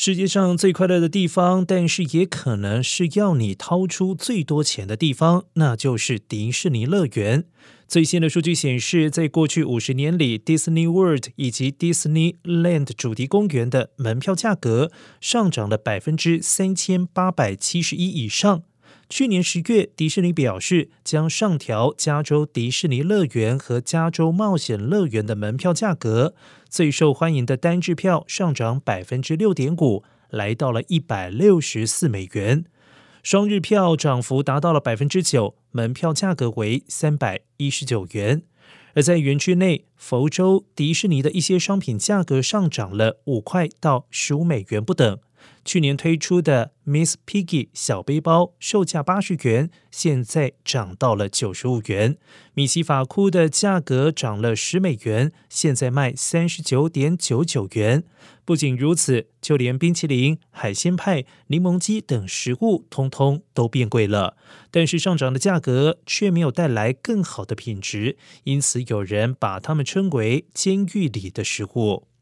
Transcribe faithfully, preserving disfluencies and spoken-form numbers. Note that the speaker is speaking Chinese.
世界上最快乐的地方，但是也可能是要你掏出最多钱的地方，那就是迪士尼乐园。最新的数据显示，在过去五十年里 ，Disney World 以及 Disneyland 主题公园的门票价格上涨了百分之三千八百七十一以上。去年十月，迪士尼表示将上调加州迪士尼乐园和加州冒险乐园的门票价格，最受欢迎的单日票上涨百分之六点五，来到了一百六十四美元。双日票涨幅达到了百分之九，门票价格为三百一十九元。而在园区内，佛州迪士尼的一些商品价格上涨了五块到十五美元不等。去年推出的 Miss Piggy 小背包售价八十元，现在涨到了九十五元。米奇法箍的价格涨了十美元，现在卖三十九点九九元。不仅如此，就连冰淇淋、海鲜派、柠檬鸡等食物通通都变贵了。但是上涨的价格却没有带来更好的品质，因此有人把它们称为监狱里的食物。